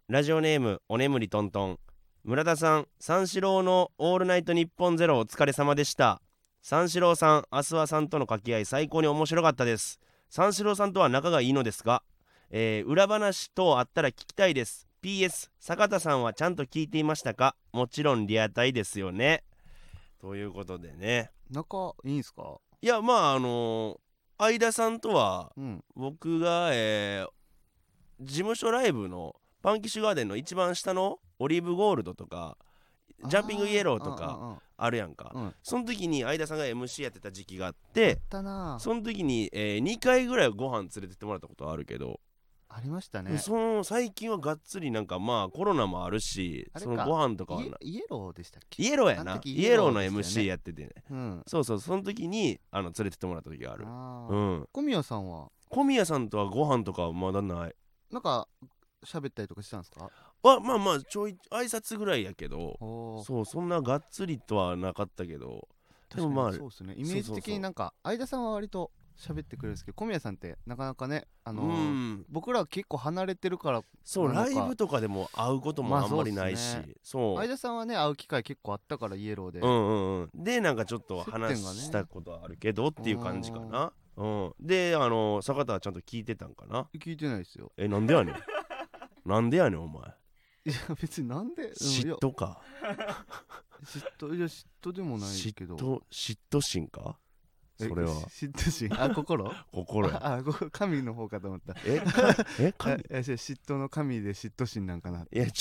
ラジオネームおねむりとんとん。村田さん、三四郎のオールナイトニッポンゼロお疲れ様でした。三四郎さん、アスワさんとの掛け合い最高に面白かったです。三四郎さんとは仲がいいのですが、裏話等あったら聞きたいです。 PS 坂田さんはちゃんと聞いていましたか？もちろんリアタイですよね、ということでね。 仲いいんすか？ いや、まあ相田さんとはうん。 僕が、事務所ライブのパンキッシュガーデンの一番下のオリーブゴールドとかジャンピングイエローとかあるやんか。 うん。 その時に相田さんが MC やってた時期があっあて、 ったな。 その時に、2回ぐらいご飯連れてってもらったことはあるけど、 ありましたね。 その最近はがっつりなんか、まあコロナもあるし、そのあれか、 ご飯とかはな、 イエローでしたっけ？ イエローやな、 あの時イエローのでしたよね MC やっててね。 うん。 そうそう、その時に連れてってもらった時がある。 ああ。 うん。 小宮さんは小宮さんとはご飯とかはまだない。 なんか喋ったりとかしたんですか？ まあまあちょい挨拶ぐらいやけど、 おー。 そう、そんながっつりとはなかったけど、で確かもまあにそうですね。イメージ的になんか相田さんは割と喋ってくれるんですけど、小宮さんってなかなかね、僕ら結構離れてるからそう、 なのか。 ライブとかでも会うこともあんまりないし、 まあそうっすね。 そう相田さんはね、会う機会結構あったから、イエローで。 でなんかちょっと接点話がね。 したことはあるけどっていう感じかあな。で坂田はちゃんと聞いてたんかな。 聞いてないですよ。 なんでやねんなんでやねんお前。 いや別になんで、い嫉や妬か。 嫉妬でもないけど。 嫉妬心か、それは。 嫉妬心、あ、心心や。 神の方かと思った。 神嫉妬の神で嫉妬心なんかな。 いや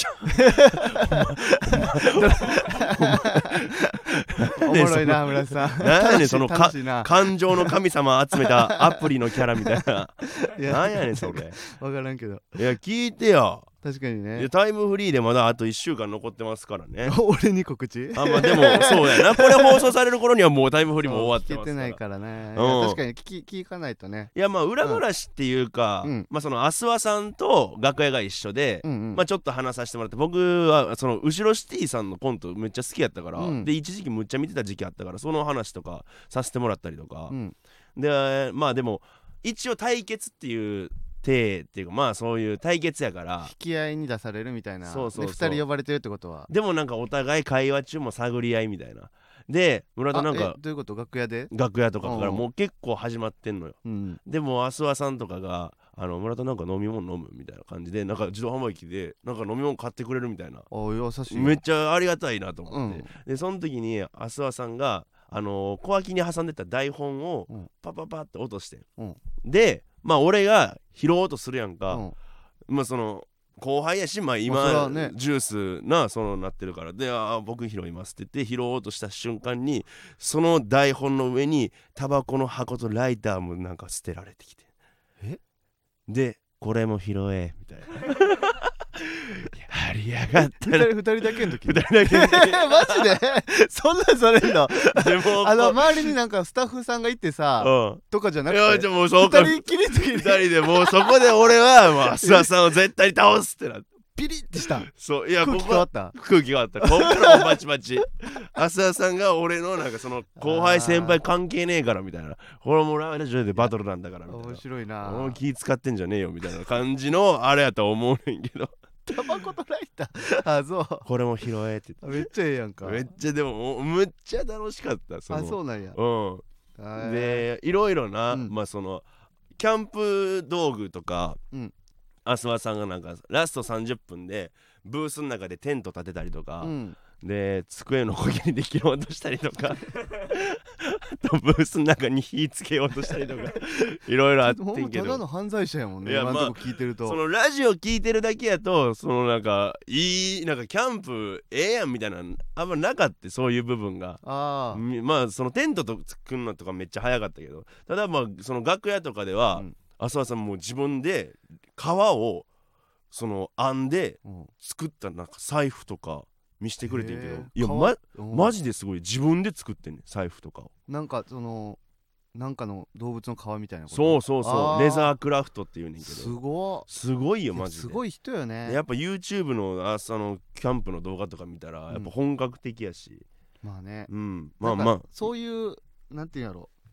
おもろいな村さん。 なんやねんその楽しいな。 感情の神様集めたアプリのキャラみたいな。 いやなんやねんそれ。 わからんけど。 いや聞いてよ。 確かにいやね。 タイムフリーでまだあと1週間残ってますからね。 俺に告知。 まあでもそうやな、これ放送される頃にはもうタイムフリーも終わってますから。 聞けてないからね。 うんいや確かに聞かないとね。 いやまあ裏話っていうか、まあそのアスワさんと楽屋が一緒で、まあちょっと話させてもらって、僕はその後ろシティさんのコントめっちゃ好きやったから、で一時期むっちゃ見てた時期あったから、その話とかさせてもらったりとか、でまあでも一応対決っていう体っていうか、まあそういう対決やから引き合いに出されるみたいな。 そう 2人呼ばれてるってことは。 でもなんかお互い会話中も探り合いみたいなで、村田なんかどういうこと？楽屋で？ 楽屋とかからもう結構始まってんのよ。でもアスワさんとかが村田なんか飲み物飲むみたいな感じで、なんか自動販売機でなんか飲み物買ってくれるみたいな。 優しい。 めっちゃありがたいなと思って、でその時にアスワさんが小脇に挟んでた台本をパパパって落として、でまあ俺が拾おうとするやんか。まあその後輩やし、まあ今、ジュースなそのなってるからで、僕拾いますって言って拾おうとした瞬間に、その台本の上にタバコの箱とライターもなんか捨てられてきて、でこれも拾えみたいな。やりやがったな。 2人だけの時。 2人だけマジでそんなんされるの？ でも周りになんかスタッフさんがいてさ、とかじゃなくて、 いやじゃもうそうか、 2人きりの時に 2人でもうそこで俺はもうアスワさんを絶対に倒すってなって、 ピリッてした。 そう、いや空気変わった。 空気変わった。ここからもバチバチ。アスワさんが俺のなんかその後輩先輩関係ねえからみたいな、これもラジオでバトルなんだからみたいな、 面白いな。 気使ってんじゃねえよみたいな感じのあれやと思うねんけど。 タバコとライター。そうこれも拾えって言って。 めっちゃええやんか。 めっちゃでもむっちゃ楽しかった。 そうなんや。 でいろいろな、まあそのキャンプ道具とか、アスワさんがなんかラスト30分でブースの中でテント立てたりとか、で机のこぎりで切ろうとしたりとかあとブースの中に火つけようとしたりとかいろいろあってんけど、 ただの犯罪者やもんね。今のとこ聞いてると、 そのラジオ聞いてるだけやと、そのなんかなんかキャンプええやんみたいなあんまなかった、そういう部分が。まあそのテントと作るのとかめっちゃ早かったけど、ただまあその楽屋とかでは、アスワさんも自分で革をその編んで作ったなんか財布とか見してくれてんけど、いやマジですごい、自分で作ってんねん財布とかを。 なんかそのなんかの動物の皮みたいなこと。 そうレザークラフトっていうねんけど、すごいよマジで。 すごい人よね。 やっぱ YouTube の朝のキャンプの動画とか見たらやっぱ本格的やし、 まあね、 まあそういうなんていうんやろ、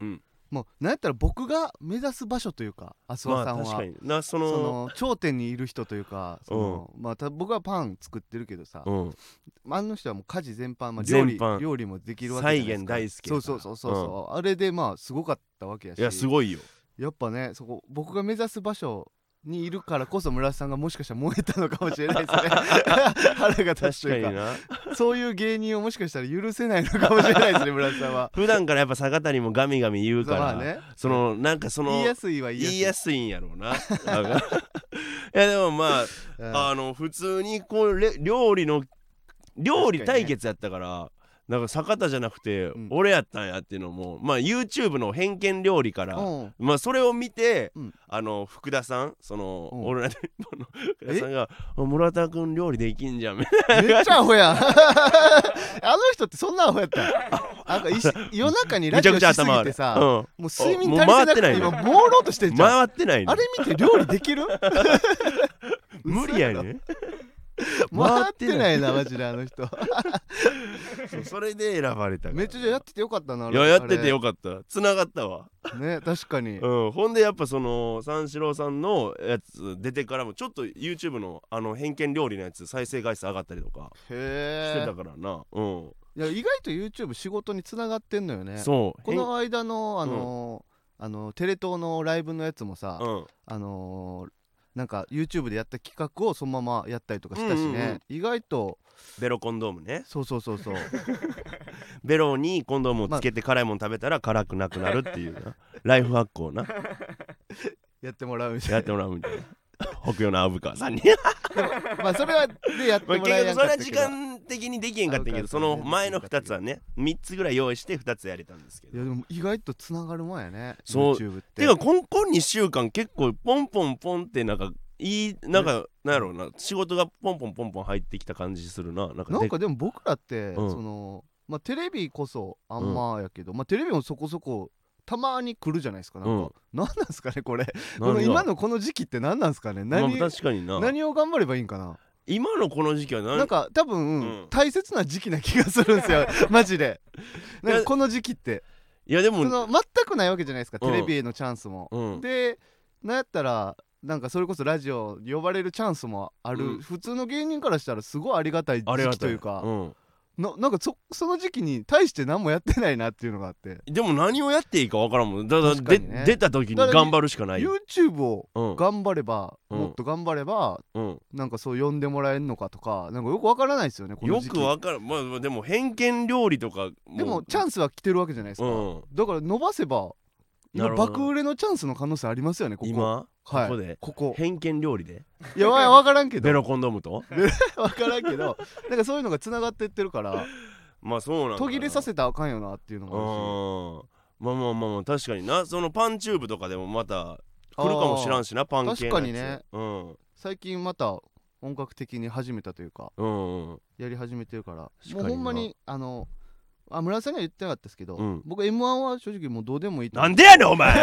もうなんやったら僕が目指す場所というか、アスワさんは、 確かにな、 その頂点にいる人というか、僕はパン作ってるけどさ、あの人はもう家事全般、料理もできるわけじゃないですか。 再現大好き。 そう、あれでまあすごかったわけやし。 いやすごいよ。 やっぱね、そこ僕が目指す場所にいるからこそ村田さんがもしかしたら燃えたのかもしれないですね。腹が立つというか、そういう芸人をもしかしたら許せないのかもしれないですね、村田さんは。 普段からやっぱ坂谷もガミガミ言うから、なんか言いやすいは言いやすいんやろうな。いやでもまあ普通にこう料理対決やったから。なんか坂田じゃなくて俺やったんやっていうのも、まあ YouTube の偏見料理から、まあそれを見て、福田さん、そのオールナイトニッポンの福田さんが村田君料理できんじゃんみたいな。 めっちゃアホやん。あの人ってそんなアホやった。なんか夜中にラジオしすぎてさ、もう睡眠足りてなくて今朦朧としてんじゃん。 回ってない。 あれ見て料理できる？ 無理やね。 回ってないなマジであの人。 それで選ばれた。 めっちゃやっててよかったな。 いややっててよかった。繋がったわね。確かに。 ほんでやっぱその三四郎さんのやつ出てからもちょっと YouTube の偏見料理のやつ再生回数上がったりとかしてたからな。 いや意外と YouTube 仕事に繋がってんのよね。 そう。 この間のテレ東のライブのやつもさ、なんか YouTube でやった企画をそのままやったりとかしたしね、意外と。 ベロコンドームね。 そうベロにコンドームをつけて辛いもの食べたら辛くなくなるっていうなライフハックをなやってもらうみたいな。 北洋の虻川さんに。 まあそれはでやってもらえなかったけど、 それは時間的にできへんかったけど、その前の2つはね3つぐらい用意して2つやれたんですけど。 いやでも意外とつながるもんやね。 そう YouTube って。 てかこの2週間結構ポンポンポンってなんかなんかなんやろうな、仕事がポンポンポンポン入ってきた感じするな。 なんかでも僕らって、そのまあテレビこそあんまやけど、まあテレビもそこそこたまに来るじゃないですか。なんか何なんですかねこれ。今のこの時期って何なんですかね。 確かにな。 何を頑張ればいいんかな。 今のこの時期はなんか多分、大切な時期な気がするんですよ。マジで。なんかこの時期って。 いやでもその全くないわけじゃないですか、テレビへのチャンスも。でなんやったらなんかそれこそラジオ呼ばれるチャンスもある、普通の芸人からしたらすごいありがたい時期というか、なんかその時期に対して何もやってないなっていうのがあって。 でも何をやっていいか分からんもん。だから出た時に頑張るしかない。 YouTube を頑張れば、もっと頑張れば、なんかそう呼んでもらえるのかとか、なんかよく分からないですよねこの時期。 よく分からん。まあでも偏見料理とかでもチャンスは来てるわけじゃないですか、だから伸ばせば今爆売れのチャンスの可能性ありますよね。ここ今はい、 ここでここ偏見料理でいや分からんけどベロコンドームと分からんけどなんかそういうのがつながってってるからまあそうなんだ途切れさせたらあかんよなっていうのがあるし、 まあ確かにな。そのパンチューブとかでもまた来るかもしらんしな、パン系のやつ。 確かにね、最近また本格的に始めたというか、やり始めてるから、もうほんまに村田さんには言ってなかったですけど、僕 M1 は正直もうどうでもいいと。 なんでやねんお前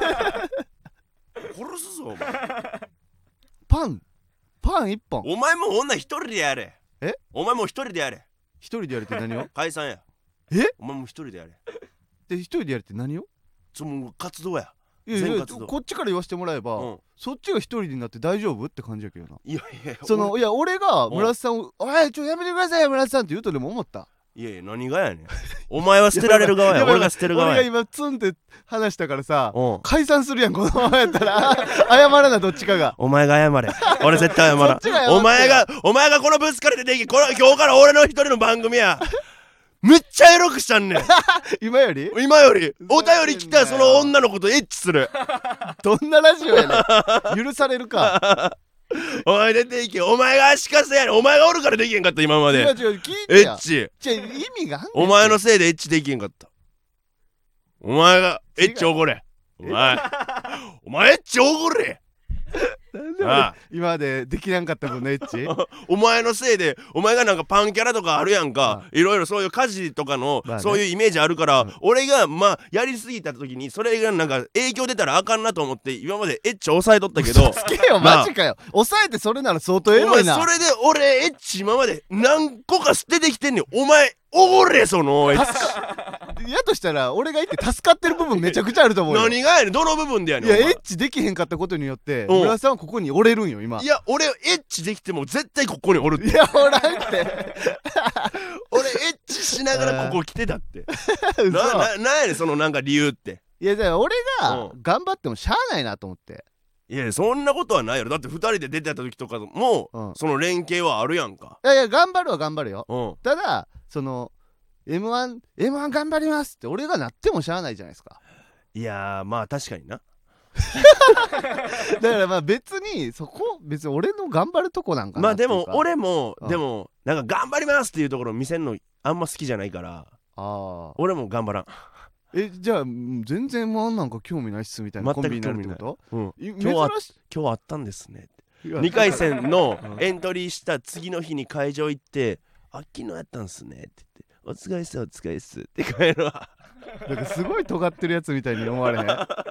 殺すぞお前。 パン1本。 お前も女一人でやれ。お前も一人でやれ。 一人でやるって何を解散や。お前も一人でやれ。 で一人でやるって何をもう活動や。 いやこっちから言わせてもらえば、そっちが一人になって大丈夫って感じやけどな。いや俺が村田さんを「おいやめてくださいよ村田さん」って言うとでも思った。 いや何がやねん。お前は捨てられる側や。俺が捨てる側や。 俺が今ツンって話したからさ、解散するやんこのままやったら。謝らなどっちかが。 お前が謝れ。俺絶対謝らん。お前がこのブスから出てき、今日から俺の一人の番組や。めっちゃエロくしたんねん。 今よりお便り来たらその女の子とエッチする。 どんなラジオやねん。許されるか。 お前出ていけ。お前が足かせやねん。お前がおるからできへんかった。今まで違う聞いてや。 エッチ意味があんねん。 お前のせいでエッチできへんかった。お前がエッチおごれ。お前エッチおごれ。 今までできなかった分のエッチ。 お前のせいで。お前がなんかパンキャラとかあるやんか、いろいろそういう家事とかの、そういうイメージあるから、俺がやりすぎた時にそれがなんか影響出たらあかんなと思って今までエッチ抑えとったけど。 つけよマジかよ。抑えてそれなら相当エロいな。 お前それで俺エッチ今まで何個か捨ててきてんねん。お前おごれそのエッチ。 やとしたら俺がいて助かってる部分めちゃくちゃあると思うよ。 何がやねん、どの部分でやねん。 いやエッチできへんかったことによって村さんはここに折れるんよ今。 いや俺エッチできても絶対ここにおるって。 いやおらんって俺エッチしながらここ来てたってなんやねんそのなんか理由って。 いやだから俺が頑張ってもしゃあないなと思って。 いやそんなことはないやろ。だって2人で出てた時とかも、その連携はあるやんか。 いや頑張るは頑張るよ、ただその M1 頑張りますって俺がなってもしゃあないじゃないですか。 いやまあ確かになだからまあ別にそこ別に俺の頑張るとこなんかな。 まあでも俺も、でもなんか頑張りますっていうところを見せるのあんま好きじゃないから、俺も頑張らん。 じゃあ全然M1なんか興味ないっすみたいなコンビになるってこと？ 今日あったんですねって2回戦のエントリーした次の日に会場行って昨日やったんすねって言ってお疲れっすお疲れっすって帰るわ。 なんかすごい尖ってるやつみたいに思われへん？い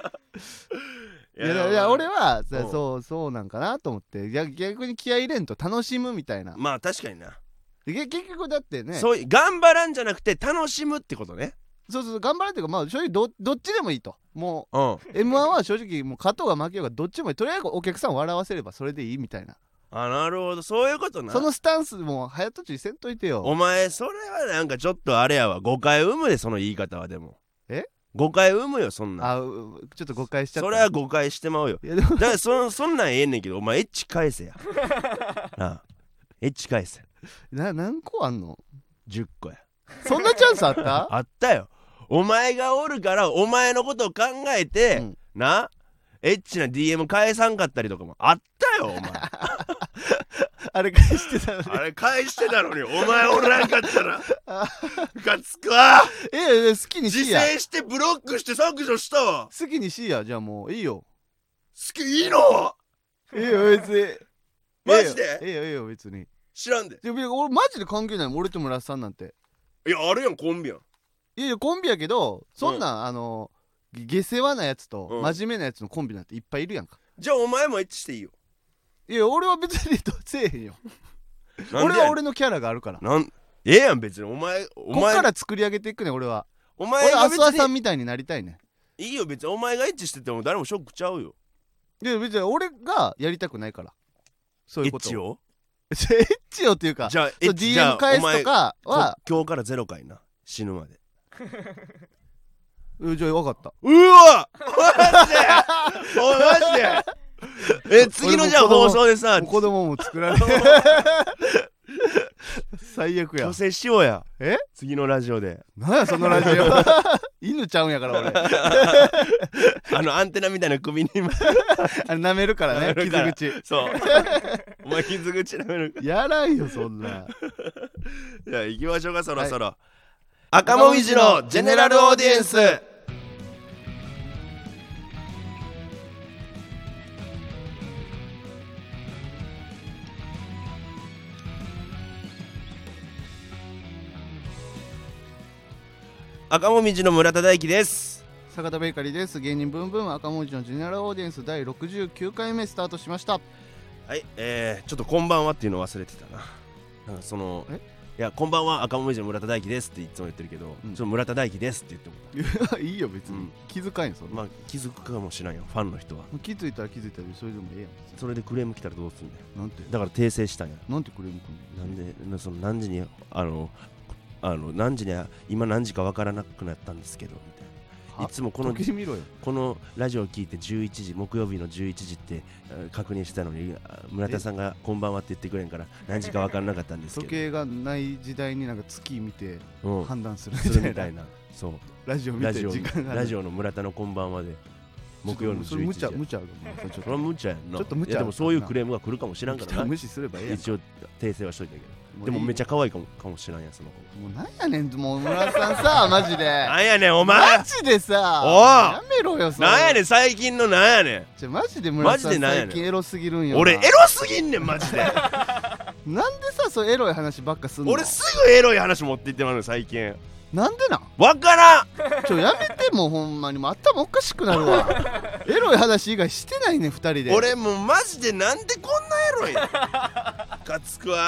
や俺はそうなんかなと思って、逆に気合い入れんと楽しむみたいな。 まあ確かにな。 結局だってね、 そう頑張らんじゃなくて楽しむってことね。 そう頑張るっていうかまあ正直どっちでもいいと。もう、M1 は正直もう勝とうが負けようがどっちもいい。とりあえずお客さんを笑わせればそれでいいみたいな。 なるほどそういうことな。 そのスタンスも早とちりせんといてよ。 お前それはなんかちょっとあれやわ、誤解生むでその言い方は。でも誤解生むよそんなん。 ちょっと誤解しちゃった。 それは誤解してまうよ。だからそんなんええねんけどお前エッチ返せやなあエッチ返せ。 何個あんの ？10個や。 そんなチャンスあった？ あったよ。お前がおるからお前のことを考えて、なエッチな DM 返さんかったりとかもあったよお前あれ返してたのに。 あれ返してたのにお前おらんかったらムカつくわ。 好きにしや。 自制してブロックして削除したわ。 好きにしや。じゃあもういいよ。 好きいいの？ いいよ別に。 マジで？ いいよ別に。 知らんで。 俺マジで関係ないもん俺と村瀬さんなんて。 いやあるやんコンビやん。 いやコンビやけどそんなん下世話なやつと真面目なやつのコンビなんていっぱいいるやんか。 じゃあお前もエッチしていいよ。 いや俺は別にせえへんよ俺は俺のキャラがあるから。 ええやん別に。お前こっから作り上げていくね。俺はお前がアスワさんみたいになりたいね。 いいよ別に。お前がエッチしてても誰もショックちゃうよ。 いや別に俺がやりたくないから。そういうこと。 エッチをエッチをっていうか、 じゃあ DM 返すとかは今日から0回な死ぬまでじゃあ分かった。 うわマジでおいマジで次のじゃあ放送でさ子供も作られる最悪や。 虚勢しようや。次のラジオで。 なんやそのラジオ犬ちゃうんやから俺アンテナみたいな首に舐めるからね傷口。 そうお前傷口舐めるやらんよそんな。 じゃあ行きましょうかそろそろ、赤もみじのジェネラルオーディエンス。赤もみじの村田大樹です。 坂田ベーカリーです。芸人ブンブン赤もみじのジェネラルオーディエンス第69回目スタートしました。 はい、ちょっとこんばんはっていうの忘れてたな。なんかそのいやこんばんは赤もみじの村田大樹ですっていつも言ってるけど、ちょっと村田大樹ですって言ってもいいよ別に、気づかんよそんな。 まあ気づくかもしれんよファンの人は。 気づいたら気づいたらそれでもええやん。 それでクレーム来たらどうすんねん。 なんてだから訂正したんや。 なんてクレーム来んの？ なんでその何時に何時に今何時かわからなくなったんですけどみたいな。いつもこのラジオを聞いて11時木曜日の11時って確認したのに村田さんがこんばんはって言ってくれんから何時か分からなかったんですけど時計がない時代になんか月見て判断するみたいな。そうラジオ見て時間がラジオの村田のこんばんはで木曜の11時。 無茶それは無茶やんな。 ちょっと無茶。 いやでもそういうクレームが来るかもしれんからな。 無視すればいいやん。 一応訂正はしといたけど。でもめっちゃ可愛いかもしれんやんその子。 もうなんやねんもう村田さんさマジで。 なんやねんお前。 マジでさ。やめろよそれ。 なんやねん最近のなんやねん。 マジで村田さん最近エロすぎるんよ。 俺エロすぎんねんマジで。 なんでさそうエロい話ばっかすんの。 俺すぐエロい話持っていってまうの最近。 なんでなんわからん。 やめてもうほんまにもう頭おかしくなるわ。エロい話以外してないね2人で。 俺もうマジでなんでこんなエロい。ムカつくわ。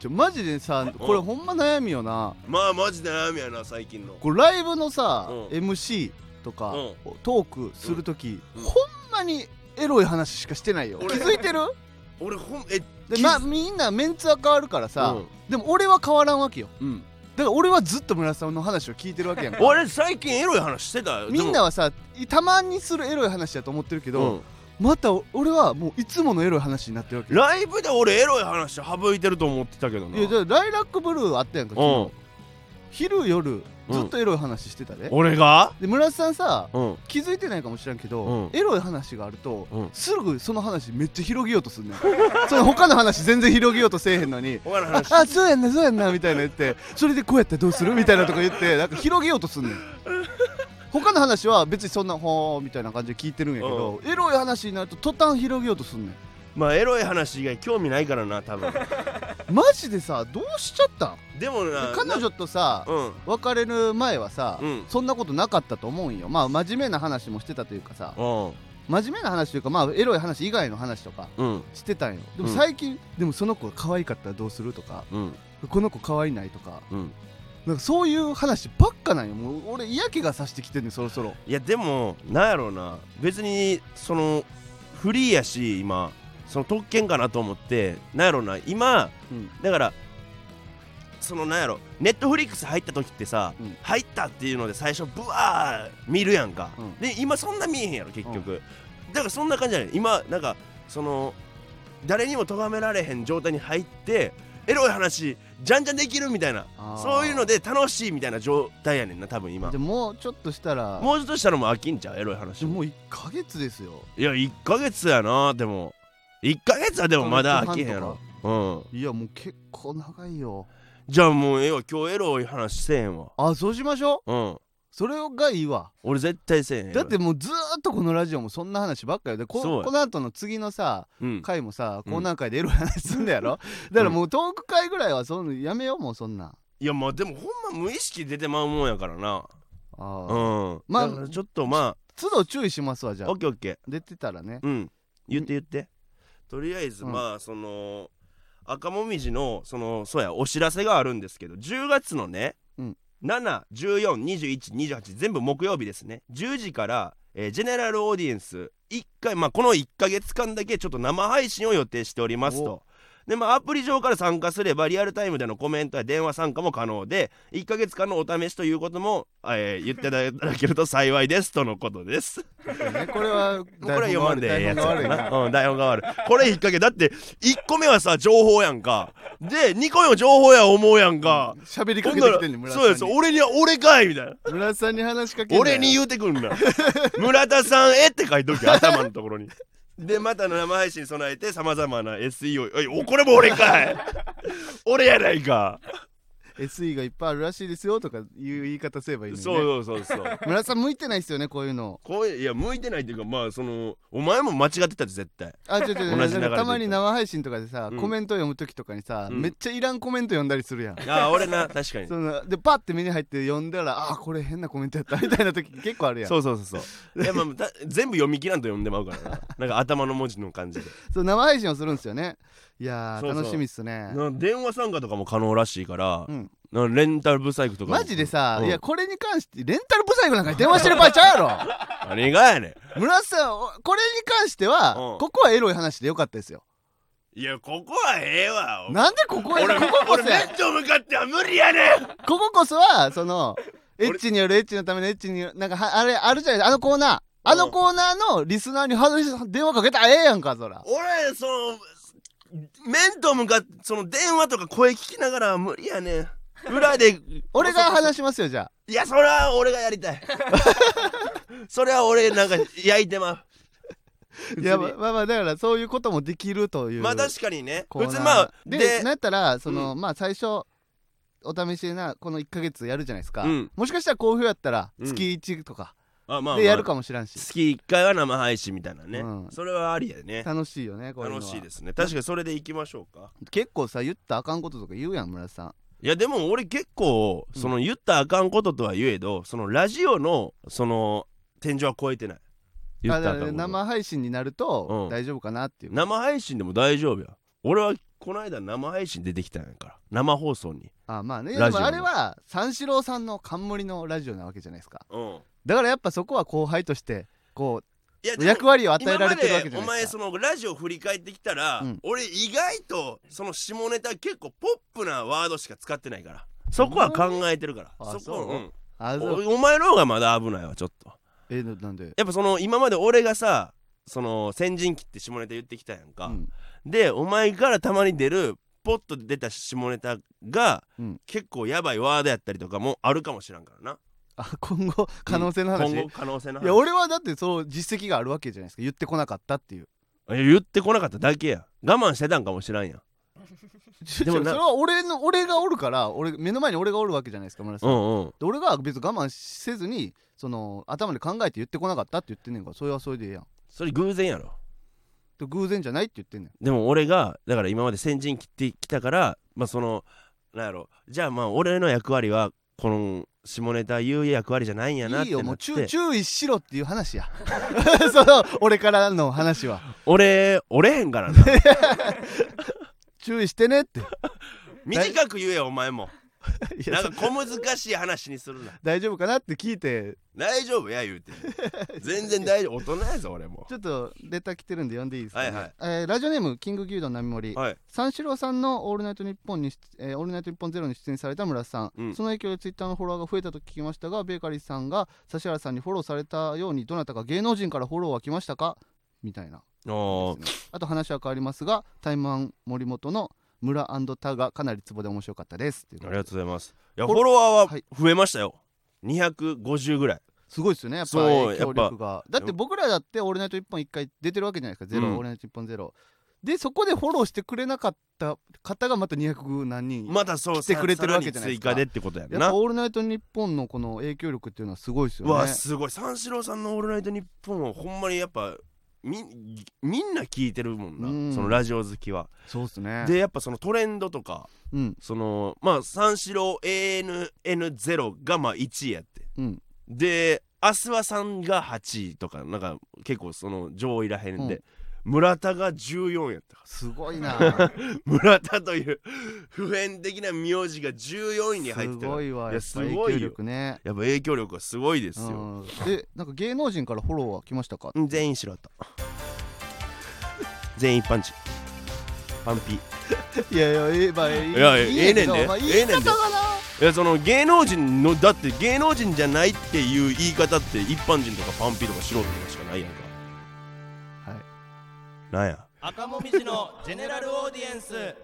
マジでさこれほんま悩みよな。 まあマジで悩みやな最近の。 これライブのさ、MC とか、トークするとき、ほんまにエロい話しかしてないよ。気づいてる？ 俺みんなメンツは変わるからさ、でも俺は変わらんわけよ。だから俺はずっと村田さんの話を聞いてるわけやんか。 俺最近エロい話してたよ。 みんなはさたまにするエロい話だと思ってるけど、また俺はもういつものエロい話になってるわけ。 ライブで俺エロい話省いてると思ってたけどな。 いやだからライラックブルーあったやんか昨日、昼夜ずっとエロい話してたで、 俺がで村田さんさ、気づいてないかもしれんけど、エロい話があると、すぐその話めっちゃ広げようとすんねんその他の話全然広げようとせえへんのにあそうやんなそうやんなみたいな言って、それでこうやったらどうするみたいなとか言ってなんか広げようとすんねん他の話は別にそんなほーみたいな感じで聞いてるんやけど、エロい話になると途端広げようとすんねん。 まあエロい話以外興味ないからな多分マジでさどうしちゃったん？ でもな彼女とさ、別れる前はさ、そんなことなかったと思うんよ。まあ真面目な話もしてたというかさ、真面目な話というかまあエロい話以外の話とかしてたんよ。でも最近、でもその子が可愛かったらどうするとか、この子可愛いないとか、なんかそういう話ばっかなんよ。もう俺嫌気がさしてきてんねんそろそろ。 いやでもなんやろうな、別にそのフリーやし今その特権かなと思って、なんやろうな今、だからそのなんやろネットフリックス入った時ってさ、入ったっていうので最初ブワー見るやんか、で今そんな見えへんやろ結局、だからそんな感じじゃない今。なんかその誰にも咎められへん状態に入ってエロい話じゃんじゃんできるみたいな、そういうので楽しいみたいな状態やねんな多分今。 でもうちょっとしたらもうちょっとしたらもう飽きんちゃうエロい話。 もう1ヶ月ですよ。 いや1ヶ月やな。でも1ヶ月はでもまだ飽きへんやろ。 いやもう結構長いよ。 じゃあもう今日エロい話せえへんわ。 そうしましょう。それがいいわ。 俺絶対せえへん。 だってもうずーっとこのラジオもそんな話ばっかりで、この後の次のさ、回もさコーナー回でエロい話すんだやろ、だからもうトーク回ぐらいはそのやめようもうそんな。 いやまあでもほんま無意識出てまうもんやからな。 まあちょっとまあ都度注意しますわ。じゃあオッケーオッケー。 出てたらね言ってとりあえずまあその赤もみじのそうやお知らせがあるんですけど、10月のね7、14、21、28全部木曜日ですね。10時から、ジェネラルオーディエンス1回、まあこの1ヶ月間だけちょっと生配信を予定しておりますと。でまあアプリ上から参加すればリアルタイムでのコメントや電話参加も可能で、1ヶ月間のお試しということも、言っていただけると幸いですとのことです。 これは読まんでええやつやな。台本が悪い。これ1ヶ月だって1個目はさ情報やんか。で2個目も情報や思うやんか。 喋りかけてきてんねん村田さんに。 そうです。俺には俺かいみたいな。 村田さんに話しかけん俺に言うてくんな。村田さんって書いとき頭のところに。でまた生配信備えてさまざまな SE をこれも俺かい俺やないか。 SE がいっぱいあるらしいですよとかいう言い方すればいいのね。 そう村田さん向いてないっすよねこういうの。 いや向いてないっていうか、まあお前も間違ってたって絶対。 同じ流れでたまに生配信とかでさ、コメント読む時とかにさ、めっちゃいらんコメント読んだりするやん。 俺な確かにでパッて目に入って読んだらこれ変なコメントやったみたいな時結構あるやん。 そういやまあ全部読み切らんと読んでまうからな。なんか頭の文字の感じでそう生配信をするんですよね。いやー楽しみっすね。 電話参加とかも可能らしいから、レンタルブサイクとかマジでさ、いやこれに関してレンタルブサイクなんかに電話してる場合ちゃうやろ。何がやねん。村瀬さんこれに関しては、ここはエロい話でよかったですよ。 いやここはええわ。 なんでここは俺面と向かっては無理やねん。 こここそはそのエッチによるエッチのためのエッチになんかあれあるじゃないですか、あのコーナーのリスナーに電話かけたらええやんかそら。 俺面と向かって電話とか声聞きながら無理やねん。裏で俺が話しますよじゃあ。 いやそれは俺がやりたい。それは俺なんか焼いてまう。 いやまあだからそういうこともできるという。 まあ確かにね。 普通まあでなったらまあ最初お試しでこの1ヶ月やるじゃないですか。もしかしたら好評やったら月1とかでやるかもしらんし、 月1回は生配信みたいなね。それはありやね。 楽しいよねこれ。 楽しいですね。確かにそれでいきましょうか。 結構さ言ったらあかんこととか言うやん村田さん。 いやでも俺結構言ったらあかんこととは言えど、ラジオの天井は超えてない。言ったらあかんこと。 生配信になると大丈夫かなっていう。 生配信でも大丈夫や。俺はこの間生配信出てきたんやから生放送に。 まあね、でもあれは三四郎さんの冠のラジオなわけじゃないですか。だからやっぱそこは後輩としてこう役割を与えられてるわけじゃないですか。 お前そのラジオ振り返ってきたら、俺意外とその下ネタ結構ポップなワードしか使ってないから、そこは考えてるから。そこお前の方がまだ危ないわちょっと。 なんでやっぱその今まで俺がさその先陣切って下ネタ言ってきたやんか、でお前からたまに出るポッと出た下ネタが、結構やばいワードやったりとかもあるかもしらんからな。 今後可能性の話、 今後可能性の話。 いや俺はだってそう実績があるわけじゃないですか。言ってこなかったっていう。 言ってこなかっただけや。我慢してたんかもしらんやん。 でもそれは俺がおるから、目の前に俺がおるわけじゃないですか村瀬さん。俺が別に我慢せずにその頭で考えて言ってこなかったって言ってんねんから、それはそれでええやん。 それ偶然やろ。 偶然じゃないって言ってんねん。 でも俺がだから今まで先陣切ってきたから、まあそのなんやろ、じゃあまあ俺の役割はこの下ネタ言う役割じゃないんやなってなって。いいよ、もう注意しろっていう話やその俺からの話は。 俺へんからな注意してねって短く言えよお前もなんか小難しい話にするな。 大丈夫かなって聞いて。 大丈夫や言うて全然大丈夫、大人やぞ俺も。 ちょっとレター来てるんで読んでいいですかね。ラジオネームキング牛丼並盛、三四郎さんのオールナイトニッポンにオールナイトニッポンゼロに出演された村さん、その影響でツイッターのフォロワーが増えたと聞きましたが、ベーカリーさんが指原さんにフォローされたようにどなたか芸能人からフォローは来ましたかみたいな、あと話は変わりますがタイムマン森本の村&タがかなりツボで面白かったですっていう。 ありがとうございます。いやフォロワーは増えましたよ、250ぐらい。 すごいですよねやっぱ影響力が。だって僕らだってオールナイト1本1回出てるわけじゃないですか。オールナイト1本0で、そこでフォローしてくれなかった方がまた200何人またそう来てくれてるわけじゃないですか。 追加でってことやな。 やっぱオールナイトニッポンのこの影響力っていうのはすごいですよね。 わすごい。三四郎さんのオールナイトニッポンはほんまにやっぱみんな聞いてるもんな、そのラジオ好きは。 そうっすね。 でやっぱそのトレンドとか、そのまあ三四郎 ANN0 がまあ1位やって、でアスワさんが8位とかなんか結構その上位らへんで、村田が14やったから。 すごいな村田という普遍的な名字が14位に入ってた。 すごいわ。やっぱ影響力ね。 やっぱ影響力はすごいですよ。 でなんか芸能人からフォローは来ましたか。 全員素人全員一般人パンピいやいやええねんでええねんで。いやその芸能人のだって芸能人じゃないっていう言い方って一般人とかパンピとか素人とかしかないやんか。なんや赤もみじのジェネラルオーディエンス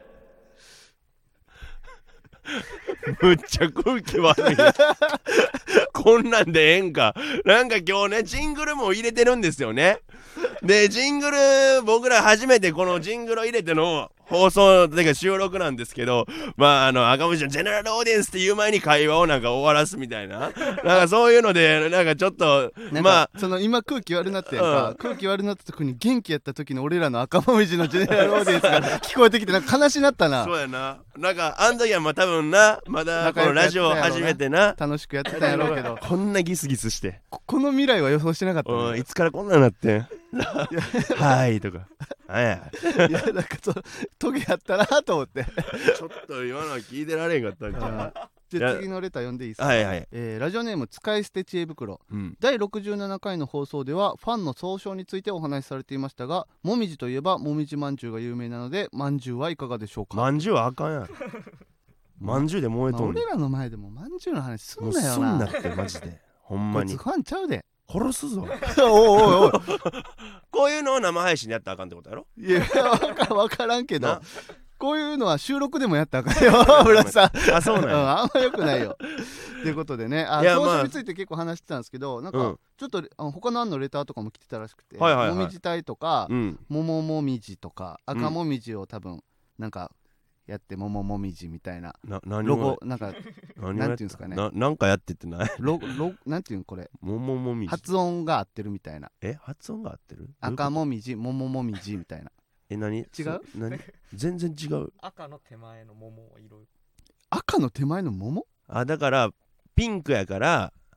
むっちゃ空気悪いこんなんでええんか。なんか今日ねジングルも入れてるんですよね。でジングル僕ら初めてこのジングルを入れての放送てか収録なんですけど、まあ赤文字のジェネラルオーディエンスっていう前に会話をなんか終わらすみたいななんかそういうのでなんかちょっとまあその今空気悪なってやんか、空気悪なった時に元気やった時の俺らの赤もみじのジェネラルオーディエンスが聞こえてきてなんか悲しなったな。 そうやな。なんかあん時はまあ多分なまだこのラジオを始めてな楽しくやってたんやろうけどこんなギスギスしてこの未来は予想してなかった、 いつからこんなになってんはいとかいやなんかトゲやったなと思ってちょっと今のは聞いてられんかったんじゃじゃあ次のレター読んでいいですか。ラジオネーム使い捨て知恵袋、第67回の放送ではファンの総称についてお話しされていましたが、もみじといえばもみじまんじゅうが有名なのでまんじゅうはいかがでしょうか。 まんじゅうはあかんやんまんじゅうで燃えとんねん、 俺らの前でもまんじゅうの話すんなよな。 すんなってマジでほんまにファンちゃうで殺すぞおいこういうのを生配信でやったらあかんってことやろ。 いや分からんけどこういうのは収録でもやったらあかんよ村さん。 あそうなんや、 あんまよくないよっていうことでね、総称について結構話してたんですけど、なんかちょっと他の案のレターとかも来てたらしくて、もみじ隊とかもももみじとか赤もみじを多分なんかやってもももみじみたいなロゴなんかなんていうんですかね、 なんかやってってないなんていうんこれもももみじ発音が合ってるみたいな。 発音が合ってる赤もみじもももみじみたいな。 何違う全然違う。 赤の手前の桃を色赤の手前の桃だからピンクやから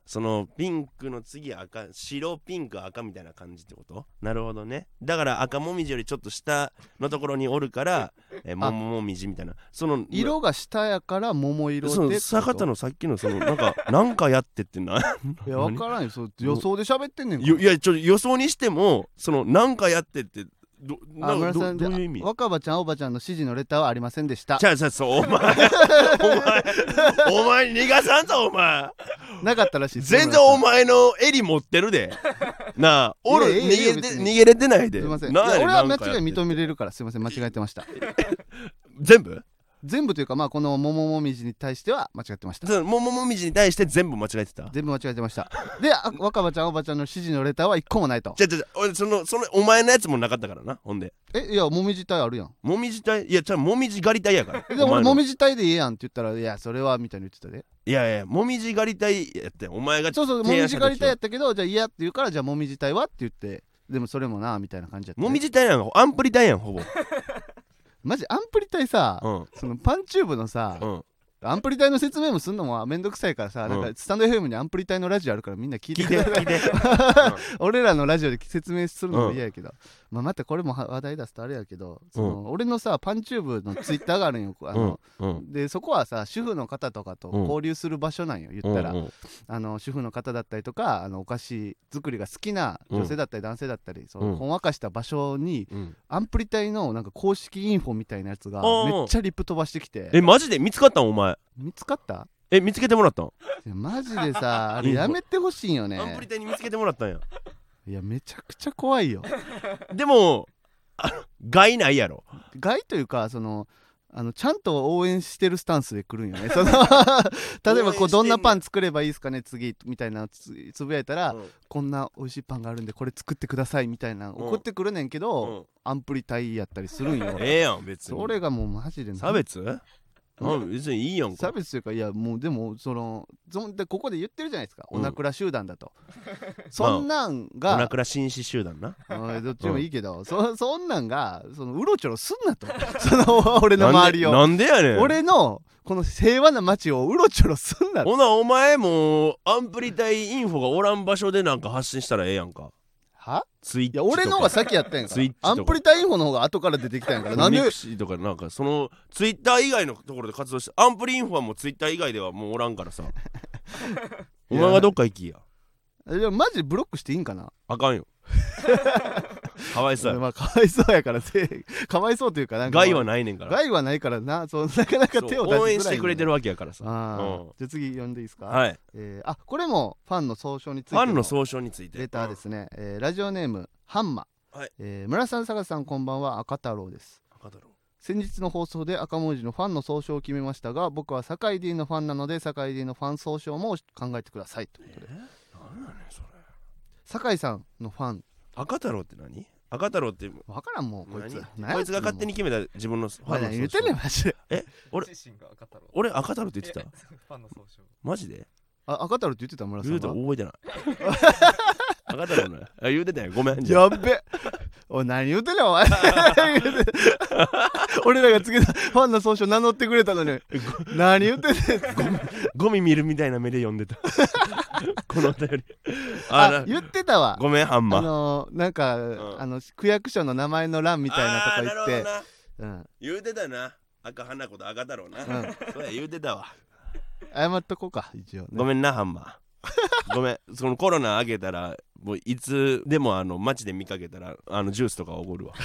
そのピンクの次赤、白ピンク赤みたいな感じってこと？なるほどね。だから赤もみじよりちょっと下のところにおるから桃もみじみたいな、その色が下やから桃色で。 その坂田のさっきのそのなんかやってってないや分からんよ、そう予想で喋ってんねんから。 いやちょっと予想にしてもそのなんかやってって村さんどういう意味？ 若葉ちゃんおばちゃんの指示のレターはありませんでした。 じゃあそうお前逃がさんぞお前。 なかったらしい。 全然お前の襟持ってるでなあ。俺逃げれてないで。 すいません。俺は間違い認めれるから、すいません、間違えてました。全部というか、まあこの桃もみじに対しては間違ってました。 桃もみじに対して全部間違えてた。 全部間違えてました。で、若葉ちゃんおばちゃんの指示のレターは1個もないと。 俺そのお前のやつもなかったからな。ほんでいや、もみじ隊あるやん。 もみじ隊、いやもみじ狩り隊やから。 で俺もみじ隊でいいやんって言ったら、いやそれはみたいに言ってたで。 いやもみじ狩り隊やってお前が。 そうもみじ狩り隊やったけど、じゃあ嫌って言うから、じゃあもみじ隊はって言って、でもそれもなみたいな感じやった。 もみじ隊やん、アンプリ隊やんほぼ。 マジアンプリ隊さ、そのパンチューブのさ、アンプリ隊の説明もすんのもめんどくさいからさ、なんかスタンド FM にアンプリ隊のラジオあるからみんな聞いてください。俺らのラジオで説明するのも嫌やけど、またこれも話題出すとあれやけど、俺のさパンチューブのツイッターがあるんよ。でそこはさ主婦の方とかと交流する場所なんよ、言ったら。主婦の方だったりとか、お菓子作りが好きな女性だったり男性だったり、ほんわかした場所にアンプリ隊のなんか公式インフォみたいなやつがめっちゃリプ飛ばしてきて。 マジで見つかったんお前？ 見つかった？ 見つけてもらったん？ マジでさ、あれやめてほしいんよね。 アンプリ隊に見つけてもらったんや。 いやめちゃくちゃ怖いよ。 でも害ないやろ。 害というか、ちゃんと応援してるスタンスで来るんよね。例えばどんなパン作ればいいですかね次みたいなつぶやいたら、こんな美味しいパンがあるんでこれ作ってくださいみたいな送ってくるねんけど、アンプリ隊やったりするんよ。 やん別に。 それがもうマジで差別？別にいいやんか。 差別というか、いやもうでもでここで言ってるじゃないですか、おなくら集団だと。そんなんがおなくら紳士集団な。 どっちもいいけど、そんなんがうろちょろすんなと。俺の周りを。 なんでやねん。 俺のこの平和な街をうろちょろすんな。 ほなお前もアンプリ隊インフォがおらん場所でなんか発信したらええやんか。 は？ ツイッチとか。いや俺の方が先やったんやから。アンプリ隊インフォの方が後から出てきたんやから。なんでミクシーとかなんかそのツイッター以外のところで活動して、アンプリインフォはもうツイッター以外ではもうおらんからさ。お前がどっか行きや。 いやマジでブロックしていいんかな？ あかんよ。かわいそうや。 まあかわいそうやからかわいそうというか、なんか害はないねんから。 害はないからな、なかなか手を出しづらい。 応援してくれてるわけやからさ。 じゃあ次読んでいいですか？ はい。 これもファンの総称について。 ファンの総称について。 レターですね。ラジオネームハンマ。村さん坂さんこんばんは、赤太郎です。赤太郎。先日の放送で赤文字のファンの総称を決めましたが、僕は酒井 D のファンなので酒井 D のファン総称も考えてくださいということで。 何やねんそれ。 酒井さんのファン。 赤太郎って何？赤太郎って分からんもんこいつ。 こいつが勝手に決めた自分のファンの総称。 言ってんねんマジで。 俺赤太郎って言ってた？ ファンの総称。 マジで？ 赤太郎って言ってた村さんが。 覚えてない。赤太郎な。言うてたよ。ごめん。 やっべ。おい何言うてんねんお前。俺らがつけたファンの総称名乗ってくれたのに何言うてんねん。 ゴミ見るみたいな目で読んでた。このお便り。 言ってたわ。 ごめんハンマ。 なんか区役所の名前の欄みたいなとこ行って。 言うてたな。赤花子と赤太郎な。そうや言うてたわ。 謝っとこうか一応。 ごめんなハンマ。ごめん、そのコロナあげたらもういつでも街で見かけたらジュースとかおごるわ。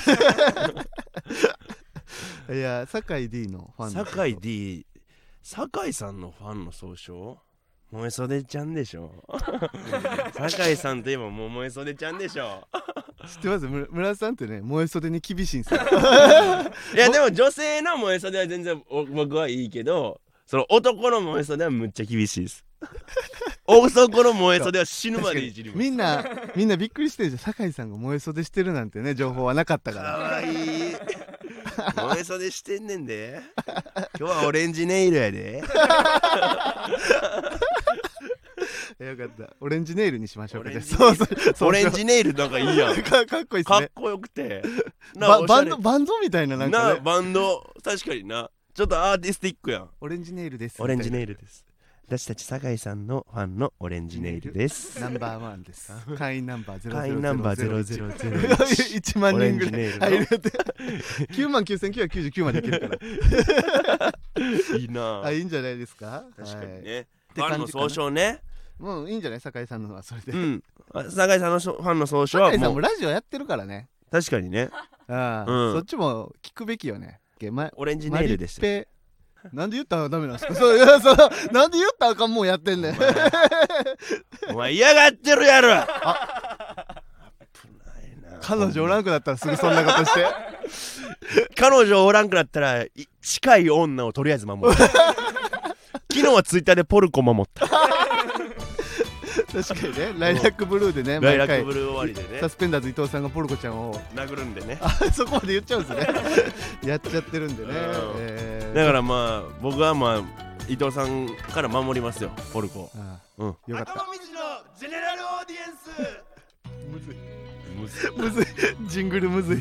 いや酒井 D のファン。 酒井 D、 酒井さんのファンの総称萌え袖ちゃんでしょ。酒井さんといえばもう萌え袖ちゃんでしょ。 知ってます？村さんってね萌え袖に厳しいんすよ。 いやでも女性の萌え袖は全然僕はいいけど、その男の萌え袖はむっちゃ厳しいです。男の萌え袖は死ぬまでいじる。 みんなびっくりしてるじゃん。酒井さんが萌え袖してるなんてね情報はなかったから。 かわいい。萌え袖してんねんで。今日はオレンジネイルやで。 よかった。オレンジネイルにしましょうか。 オレンジネイルなんかいいやん。 かっこいいっすね。 かっこよくてバンドみたいななんかね。 バンド確かにな。ちょっとアーティスティックやん。 オレンジネイルです。 オレンジネイルです。 私たち酒井さんのファンのオレンジネイルです。 ナンバーワンです。会員ナンバー会員ナンバー0001 1万人ぐらい入れて99,999までいけるからいいなあ。いいんじゃないですか。 確かにね、ファンの総称ね。 もういいんじゃない、酒井さんのはそれで。 酒井さんのファンの総称はもう酒井さんもラジオやってるからね。 確かにね。 そっちも聞くべきよね。 オレンジネイルでした。 なんで言ったらダメなんですか。なんで言ったらあかんもんやってんねん。 お前嫌がってるやろ。 彼女おらんくなったらすぐそんなことして彼女おらんくなったら近い女をとりあえず守る。昨日はツイッターでポルコ守った。 確かにね、ライラックブルーでね、 ライラックブルー終わりでね、 サスペンダーズ伊藤さんがポルコちゃんを殴るんでね。 そこまで言っちゃうんですね。やっちゃってるんでね。 だからまあ僕はまあ伊藤さんから守りますよ、ポルコ。 よかった。 赤もみじのジェネラルオーディエンス。 むずいジングルむずい。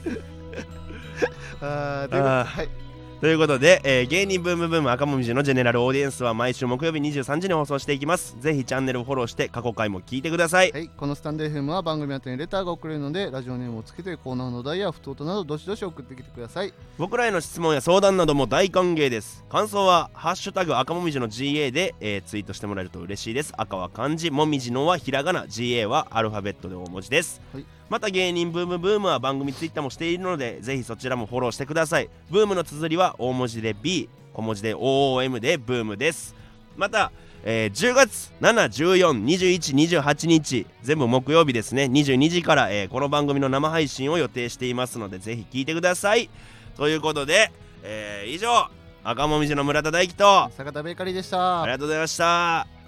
ということで、芸人ブームブーム赤もみじのジェネラルオーディエンスは毎週木曜日23時に放送していきます。ぜひチャンネルをフォローして過去回も聞いてください。 はい、このスタンド FM は番組宛てにレターが送れるので、ラジオネームをつけてコーナーのお題や不当となどどしどし送ってきてください。 僕らへの質問や相談なども大歓迎です。感想はハッシュタグ赤もみじの GA で、ツイートしてもらえると嬉しいです。赤は漢字、もみじのはひらがな、 GA はアルファベットで大文字です。はい、また芸人ブームブームは番組ツイッターもしているので、ぜひそちらもフォローしてください。ブームの綴りは大文字で B、 小文字で OOM でブームです。また、10月7、14、21、28日全部木曜日ですね、22時から、この番組の生配信を予定していますので、ぜひ聞いてください。ということで、以上赤もみじの村田大樹と坂田ベーカリーでした。 ありがとうございました。